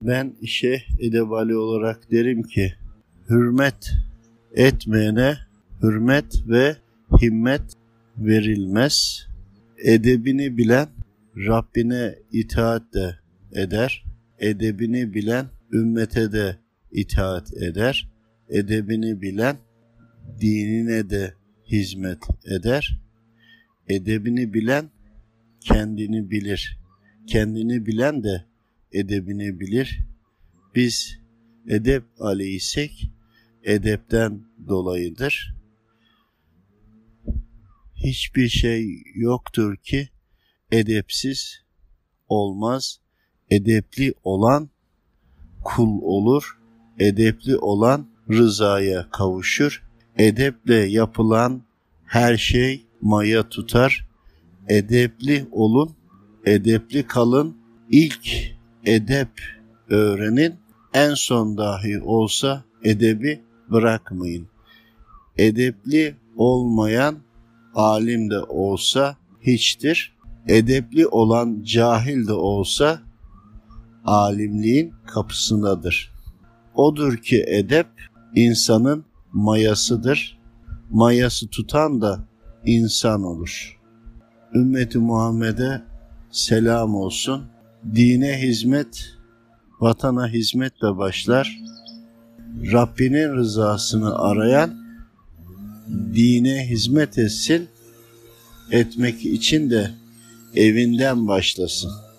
Ben Şeyh Edebali olarak derim ki, hürmet etmeyene hürmet ve himmet verilmez. Edebini bilen Rabbine itaat de eder. Edebini bilen ümmete de itaat eder. Edebini bilen dinine de hizmet eder. Edebini bilen kendini bilir. Kendini bilen de edebini bilir. Biz edep aliysek edepten dolayıdır. Hiçbir şey yoktur ki edepsiz olmaz. Edepli olan kul olur. Edepli olan rızaya kavuşur. Edeple yapılan her şey maya tutar. Edepli olun, edepli kalın. İlk edep öğrenin. En son dahi olsa edebi bırakmayın. Edepli olmayan alim de olsa hiçtir. Edepli olan cahil de olsa alimliğin kapısındadır. Odur ki edep insanın mayasıdır. Mayası tutan da insan olur. Ümmeti Muhammed'e selam olsun. Dine hizmet, vatana hizmetle başlar. Rabbinin rızasını arayan dine hizmet etsin, etmek için de evinden başlasın.